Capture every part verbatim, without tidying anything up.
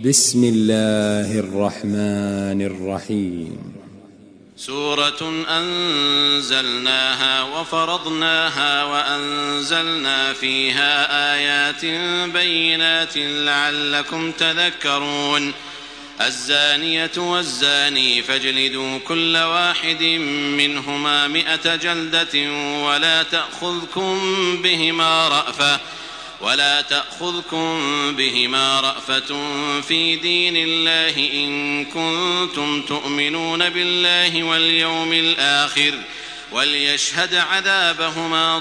بسم الله الرحمن الرحيم. سورة أنزلناها وفرضناها وأنزلنا فيها آيات بينات لعلكم تذكرون. الزانية والزاني فاجلدوا كل واحد منهما مئة جلدة ولا تأخذكم بهما رأفة ولا تأخذكم بهما رأفة في دين الله إن كنتم تؤمنون بالله واليوم الآخر وليشهد عذابهما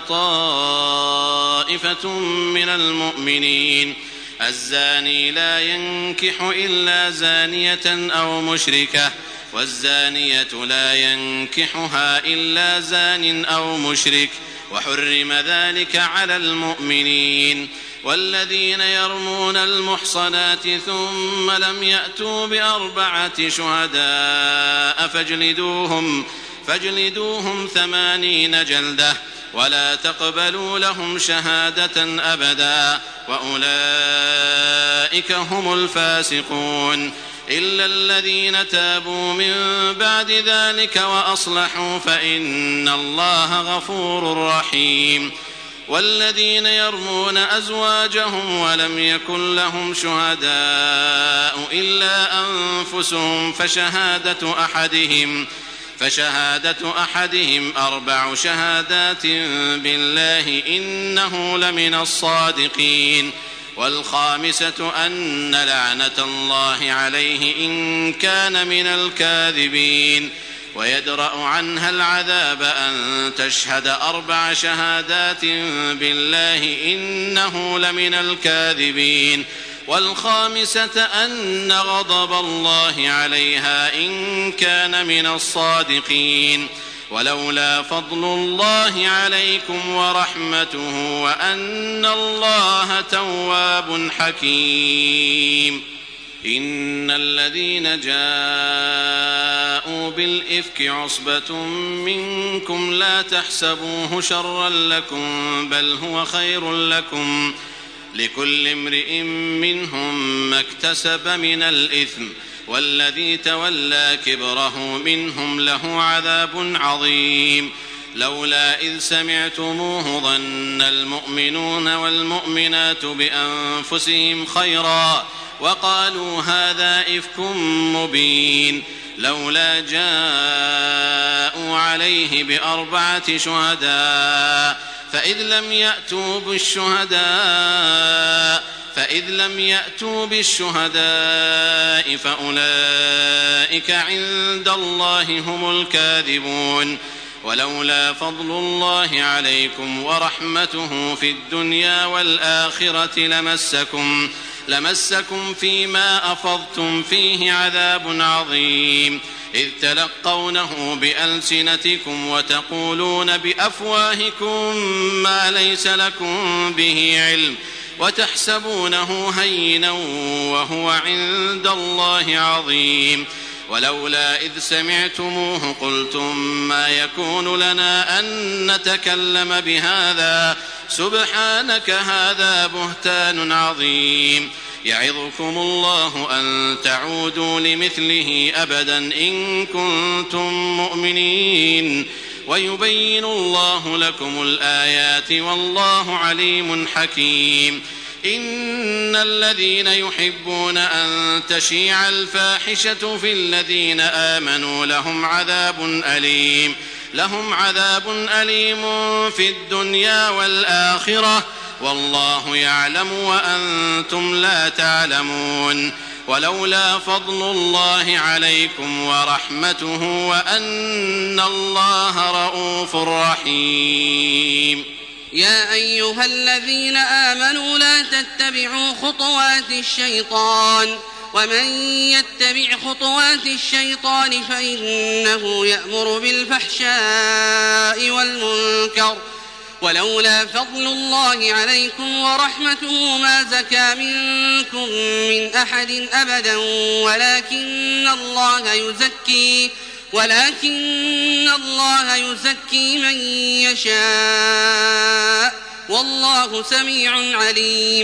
طائفة من المؤمنين. الزاني لا ينكح إلا زانية أو مشركة والزانية لا ينكحها إلا زان أو مشرك وحرم ذلك على المؤمنين. والذين يرمون المحصنات ثم لم يأتوا بأربعة شهداء فاجلدوهم, فاجلدوهم ثمانين جلدة ولا تقبلوا لهم شهادة أبدا وأولئك هم الفاسقون إلا الذين تابوا من بعد ذلك وأصلحوا فإن الله غفور رحيم. والذين يرمون أزواجهم ولم يكن لهم شهداء إلا أنفسهم فشهادة أحدهم فشهادة أحدهم أربع شهادات بالله إنه لمن الصادقين. والخامسة أن لعنة الله عليه إن كان من الكاذبين. ويدرأ عنها العذاب أن تشهد أربع شهادات بالله إنه لمن الكاذبين. والخامسة أن غضب الله عليها إن كان من الصادقين. ولولا فضل الله عليكم ورحمته وأن الله تواب حكيم. إن الذين جاءوا بالإفك عصبة منكم لا تحسبوه شرا لكم بل هو خير لكم لكل امرئ منهم ما اكتسب من الإثم والذي تولى كبره منهم له عذاب عظيم. لولا إذ سمعتموه ظن المؤمنون والمؤمنات بأنفسهم خيرا وقالوا هذا إفك مبين. لولا جاءوا عليه بأربعة شهداء فإذ لم يأتوا بالشهداء فإذ لم يأتوا بالشهداء فأولئك عند الله هم الكاذبون. ولولا فضل الله عليكم ورحمته في الدنيا والآخرة لمسكم لمسكم فيما أفضتم فيه عذاب عظيم إذ تلقونه بألسنتكم وتقولون بأفواهكم ما ليس لكم به علم وتحسبونه هينا وهو عند الله عظيم. ولولا إذ سمعتموه قلتم ما يكون لنا أن نتكلم بهذا سبحانك هذا بهتان عظيم. يعظكم الله أن تعودوا لمثله أبدا إن كنتم مؤمنين ويبين الله لكم الآيات والله عليم حكيم. إن الذين يحبون أن تشيع الفاحشة في الذين آمنوا لهم عذاب أليم لهم عذاب أليم في الدنيا والآخرة والله يعلم وأنتم لا تعلمون. ولولا فضل الله عليكم ورحمته وأن الله رءوف رحيم. يا أيها الذين آمنوا لا تتبعوا خطوات الشيطان ومن يتبع خطوات الشيطان فإنه يأمر بالفحشاء والمنكر ولولا فضل الله عليكم ورحمته ما زكى منكم من أحد أبدا ولكن الله يزكي ولكن الله يزكي من يشاء والله سميع عليم.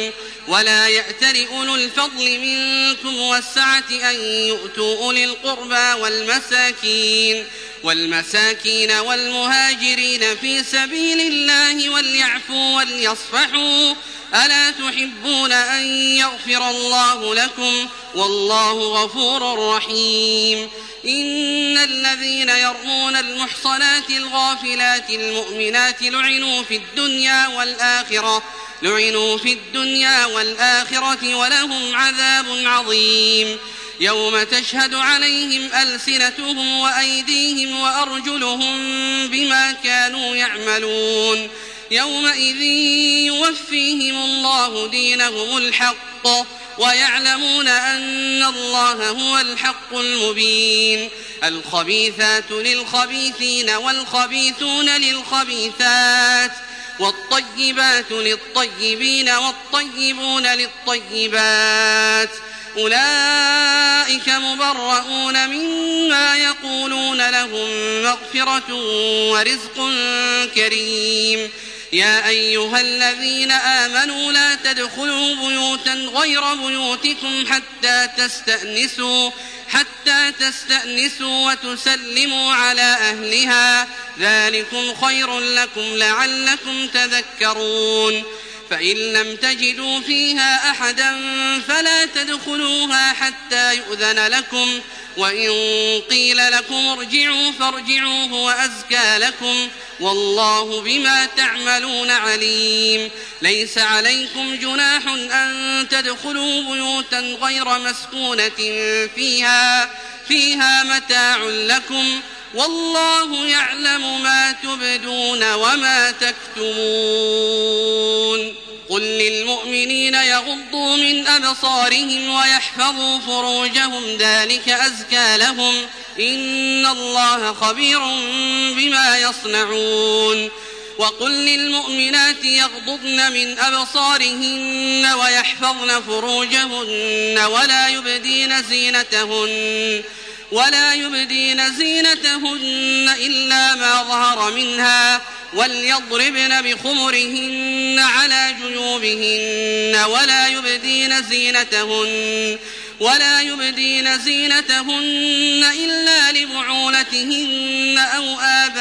ولا يأتل أولو الفضل منكم والسعة أن يؤتوا أولي القربى والمساكين والمساكين والمهاجرين في سبيل الله وليعفوا وليصفحوا ألا تحبون أن يغفر الله لكم والله غفور رحيم إن الذين يرمون المحصنات الغافلات المؤمنات لعنوا في الدنيا والآخرة لعنوا في الدنيا والآخرة ولهم عذاب عظيم يوم تشهد عليهم ألسنتهم وأيديهم وأرجلهم بما كانوا يعملون يومئذ يوفيهم الله دينهم الحق ويعلمون أن الله هو الحق المبين الخبيثات للخبيثين والخبيثون للخبيثات والطيبات للطيبين والطيبون للطيبات أولئك مبرؤون مما يقولون لهم مغفرة ورزق كريم يا أيها الذين آمنوا لا تدخلوا بيوتا غير بيوتكم حتى تستأنسوا حتى تستأنسوا وتسلموا على أهلها ذلكم خير لكم لعلكم تذكرون فإن لم تجدوا فيها أحدا فلا تدخلوها حتى يؤذن لكم وإن قيل لكم ارجعوا فارجعوا هو أزكى لكم والله بما تعملون عليم ليس عليكم جناح أن تدخلوا بيوتا غير مسكونة فيها فيها متاع لكم والله يعلم ما تبدون وما تكتمون قل للمؤمنين يغضوا من أبصارهم ويحفظوا فروجهم ذلك أزكى لهم إن الله خبير بما يصنعون وقل للمؤمنات يغضضن من أبصارهن ويحفظن فروجهن ولا يبدين زينتهن ولا يبدين زينتهن إلا ما ظهر منها وليضربن بخمرهن على جيوبهن ولا يبدين زينتهن ولا يبدين زينتهن إلا لبعولتهن أو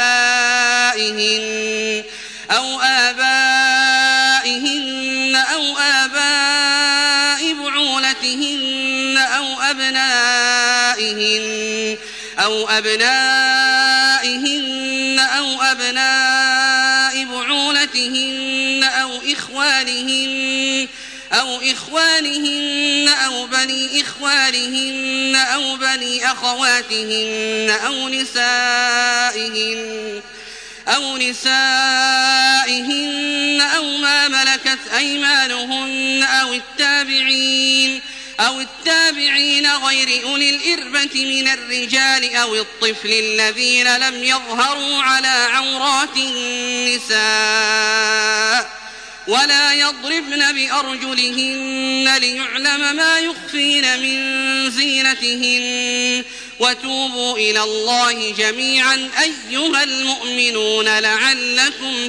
آبائهن أو آبائهن أو آباء بعولتهن أو أبنائهن أو أبنائهن أو أبناء بعولتهن أو إخوانهن أو إخوانهن أو بني إخوانهن أو بني أخواتهن أو نسائهن أو نسائهن أو ما ملكت أيمانهن أو التابعين أو التابعين غير أولي الإربة من الرجال أو الطفل الذين لم يظهروا على عورات النساء ولا يضربن بأرجلهن ليعلم ما يخفين من زينتهن وتوبوا إلى الله جميعا أيها المؤمنون لعلكم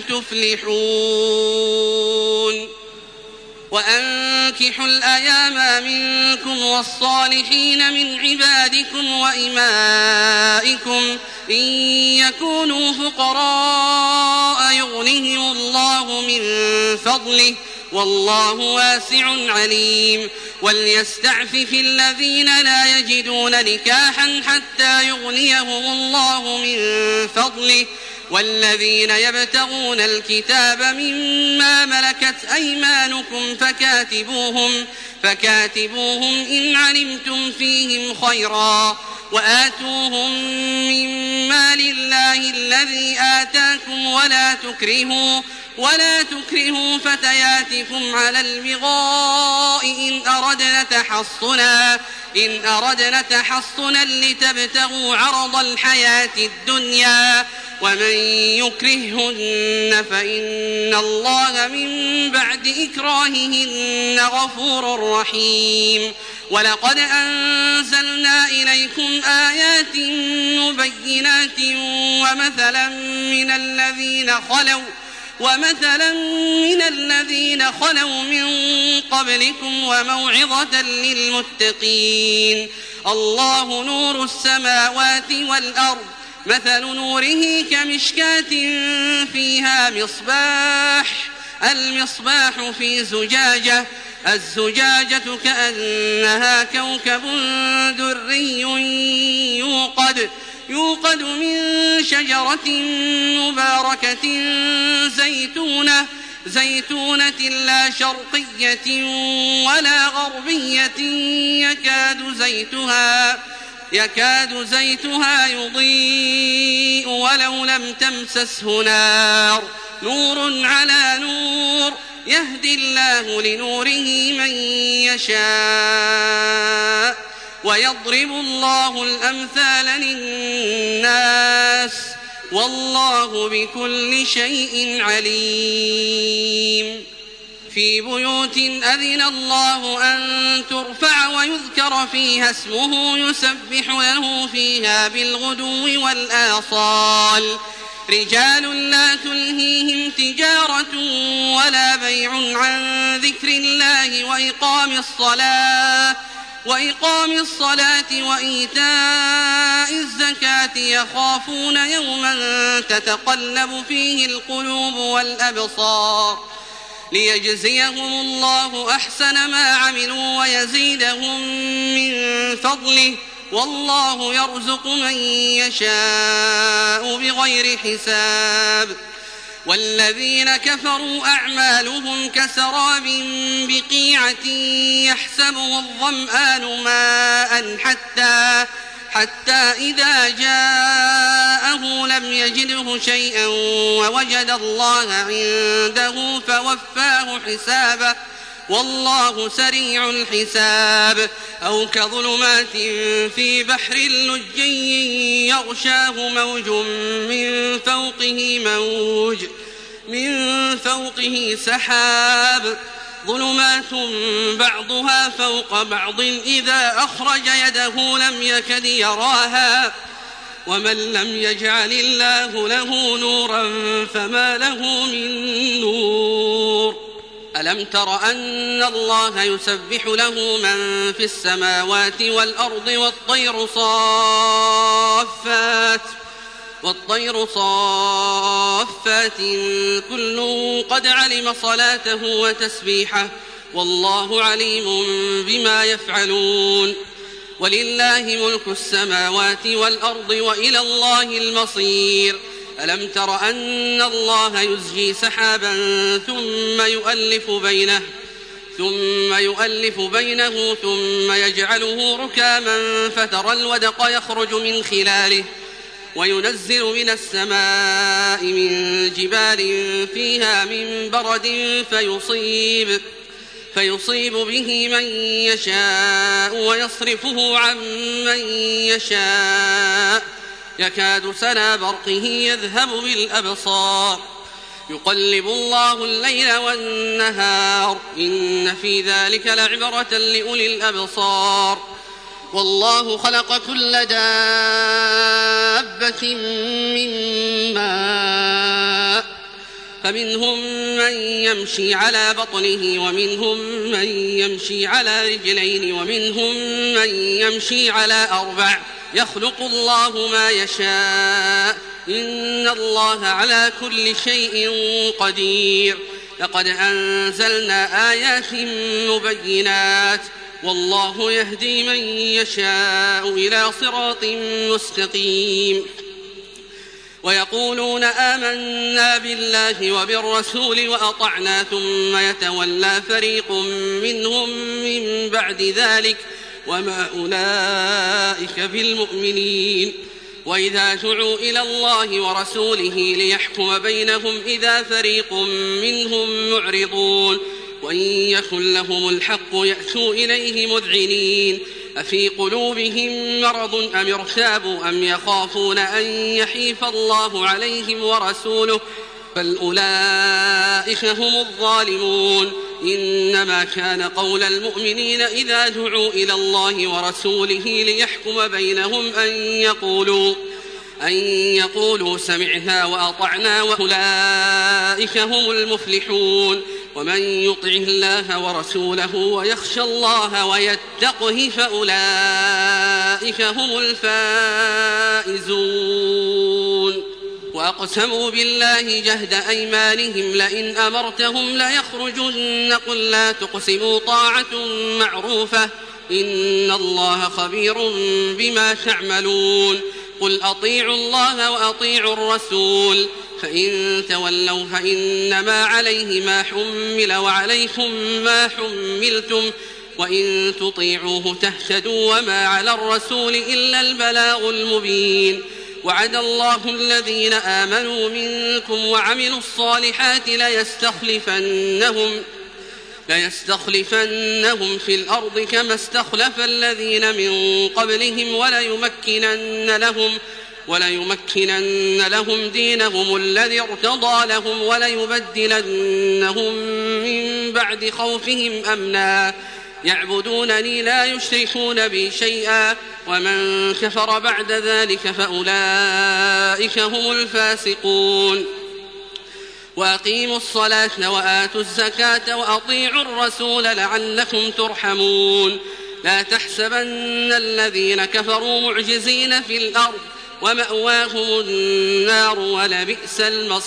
تفلحون وأنكحوا الأيام منكم والصالحين من عبادكم وإمائكم إن يكونوا فقراء يغنهم الله من فضله والله واسع عليم وليستعفف الذين لا يجدون نكاحا حتى يغنيهم الله من فضله والذين يبتغون الكتاب مما ملكت أيمانكم فكاتبوهم فكاتبوهم إن علمتم فيهم خيرا وآتوهم من مال الله الذي آتاكم ولا تكرهوا ولا تكرهوا فتياتكم على البغاء إن أردنا تحصنا إن أردنا تحصنا لتبتغوا عرض الحياة الدنيا ومن يكرههن فإن الله من بعد إكراههن غفور رحيم ولقد أنزلنا إليكم آيات مبينات ومثلا من الذين خلوا ومثلا من الذين خلوا من قبلكم وموعظة للمتقين. الله نور السماوات والأرض مثل نوره كمشكاة فيها مصباح المصباح في زجاجة الزجاجة كأنها كوكب دري يوقد يوقد من شجرة مباركة زيتونة زيتونة لا شرقية ولا غربية يكاد زيتها يكاد زيتها يضيء ولو لم تمسسه نار نور على نور يهدي الله لنوره من يشاء ويضرب الله الأمثال للناس والله بكل شيء عليم. في بيوت أذن الله أن ترفع ويذكر فيها اسمه يسبح له فيها بالغدو والآصال رجال لا تلهيهم تجارة ولا بيع عن ذكر الله وإقام الصلاة وإقام الصلاة وإيتاء الزكاة يخافون يوما تتقلب فيه القلوب والأبصار ليجزيهم الله أحسن ما عملوا ويزيدهم من فضله والله يرزق من يشاء بغير حساب. والذين كفروا أعمالهم كسراب بقيعة يحسبه الظمآن ماء حتى حتى إذا جاءه لم يجده شيئا ووجد الله عنده فوفاه حسابه والله سريع الحساب. أو كظلمات في بحر لجي يغشاه موج من فوقه موج من فوقه سحاب ظلمات بعضها فوق بعض إذا أخرج يده لم يكد يراها ومن لم يجعل الله له نورا فما له من نور. ألم تر أن الله يسبح له من في السماوات والأرض والطير صافات والطير صافات كل قد علم صلاته وتسبيحه والله عليم بما يفعلون. ولله ملك السماوات والأرض وإلى الله المصير. ألم تر أن الله يزجي سحابا ثم يؤلف بينه ثم يؤلف بينه ثم يجعله ركاما فترى الودق يخرج من خلاله وينزل من السماء من جبال فيها من برد فيصيب فيصيب به من يشاء ويصرفه عن من يشاء يكاد سنا برقه يذهب بالأبصار يقلب الله الليل والنهار إن في ذلك لعبرة لأولي الأبصار. والله خلق كل دابة من ماء فمنهم من يمشي على بطنه ومنهم من يمشي على رجلين ومنهم من يمشي على أربع يخلق الله ما يشاء إن الله على كل شيء قدير. لقد أنزلنا آيات مبينات والله يهدي من يشاء إلى صراط مستقيم. ويقولون آمنا بالله وبالرسول وأطعنا ثم يتولى فريق منهم من بعد ذلك وما أولئك بالمؤمنين. وإذا دعوا إلى الله ورسوله ليحكم بينهم إذا فريق منهم معرضون وإن يكن لهم الحق يأتوا إليه مذعنين أفي قلوبهم مرض أم ارتابوا أم يخافون أن يحيف الله عليهم ورسوله بل أولئك هم الظالمون. إنما كان قول المؤمنين إذا دعوا إلى الله ورسوله ليحكم بينهم أن يقولوا أن يقولوا سمعنا وأطعنا وأولئك هم المفلحون ومن يطع الله ورسوله ويخشى الله ويتقه فأولئك هم الفائزون وأقسموا بالله جهد أيمانهم لئن أمرتهم ليخرجن قل لا تقسموا طاعة معروفة إن الله خبير بما تعملون قل أطيعوا الله وأطيعوا الرسول فإن تولوا فإنما عليه ما حمل وعليكم ما حملتم وإن تطيعوه تهتدوا وما على الرسول إلا البلاغ المبين وعد الله الذين آمنوا منكم وعملوا الصالحات ليستخلفنهم ليستخلفنهم في الأرض كما استخلف الذين من قبلهم وليمكنن لهم وليمكنن لهم دينهم الذي ارتضى لهم وليبدلنهم من بعد خوفهم أمنا يعبدونني لا يشركون بي شيئا ومن كفر بعد ذلك فأولئك هم الفاسقون وأقيموا الصلاة وآتوا الزكاة وأطيعوا الرسول لعلكم ترحمون لا تحسبن الذين كفروا معجزين في الأرض ومأواهم النار ولبئس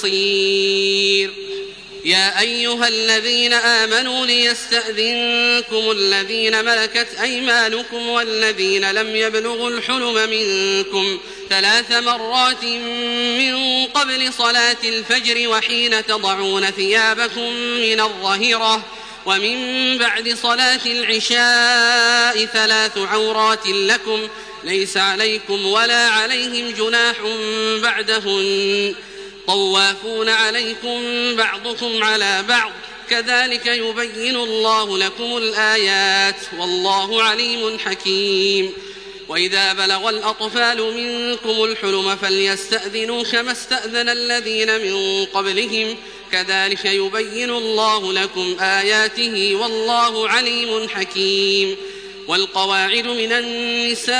المصير يا أيها الذين آمنوا ليستأذنكم الذين ملكت أيمانكم والذين لم يبلغوا الحلم منكم ثلاث مرات من قبل صلاة الفجر وحين تضعون ثيابكم من الظهيرة ومن بعد صلاة العشاء ثلاث عورات لكم ليس عليكم ولا عليهم جناح بعدهن طوافون عليكم بعضكم على بعض كذلك يبين الله لكم الآيات والله عليم حكيم وإذا بلغ الأطفال منكم الحلم فليستأذنوا كما استأذن الذين من قبلهم كذلك يبين الله لكم آياته والله عليم حكيم والقواعد من النساء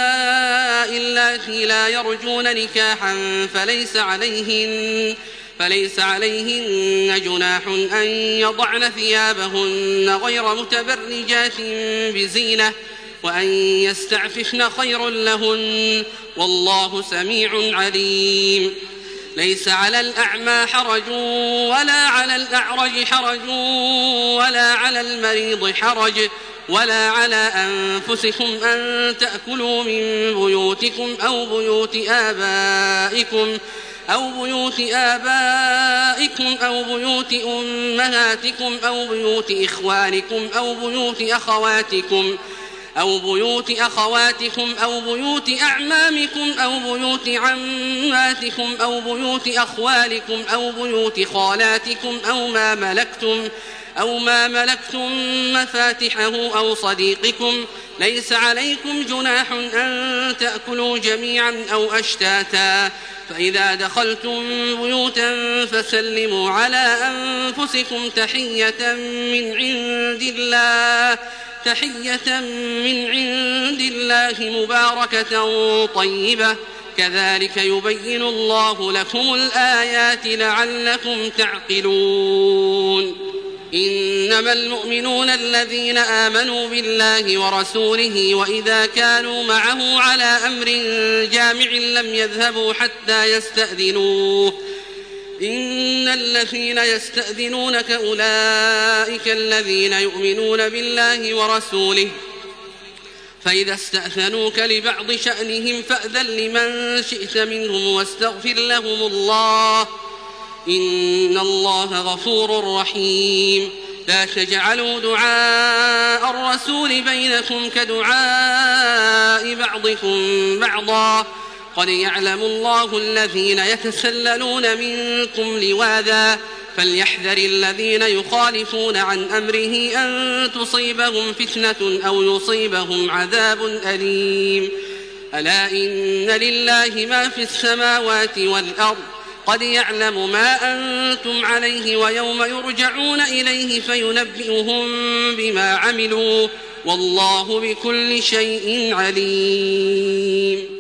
اللاتي لا يرجون نكاحا فليس عليهن فليس عليهن جناح أن يضعن ثيابهن غير متبرجات بزينة وأن يستعففن خير لهن والله سميع عليم ليس على الأعمى حرج ولا على الأعرج حرج ولا على المريض حرج ولا على أنفسكم أن تأكلوا من بيوتكم أو بيوت آبائكم أو بيوت آبائكم أو بيوت أمهاتكم أو بيوت إخوانكم أو بيوت أخواتكم أو بيوت أخواتكم أو بيوت أعمامكم أو بيوت عماتكم أو بيوت أخوالكم أو بيوت خالاتكم أو ما ملكتم أو ما ملكتم مفاتحه أو صديقكم ليس عليكم جناح أن تأكلوا جميعا أو أشتاتا فإذا دخلتم بيوتا فسلموا على أنفسكم تحية من عند الله تحية من عند الله مباركة طيبة كذلك يبين الله لكم الآيات لعلكم تعقلون إنما المؤمنون الذين آمنوا بالله ورسوله وإذا كانوا معه على أمر جامع لم يذهبوا حتى يستأذنوه إن الذين يستأذنونك أولئك الذين يؤمنون بالله ورسوله فإذا استأذنوك لبعض شأنهم فأذن لمن شئت منهم واستغفر لهم الله إن الله غفور رحيم لا تجعلوا دعاء الرسول بينكم كدعاء بعضكم بعضا قد يعلم الله الذين يتسللون منكم لواذا فليحذر الذين يخالفون عن أمره أن تصيبهم فتنة أو يصيبهم عذاب أليم ألا إن لله ما في السماوات والأرض قد يعلم ما أنتم عليه ويوم يرجعون إليه فينبئهم بما عملوا والله بكل شيء عليم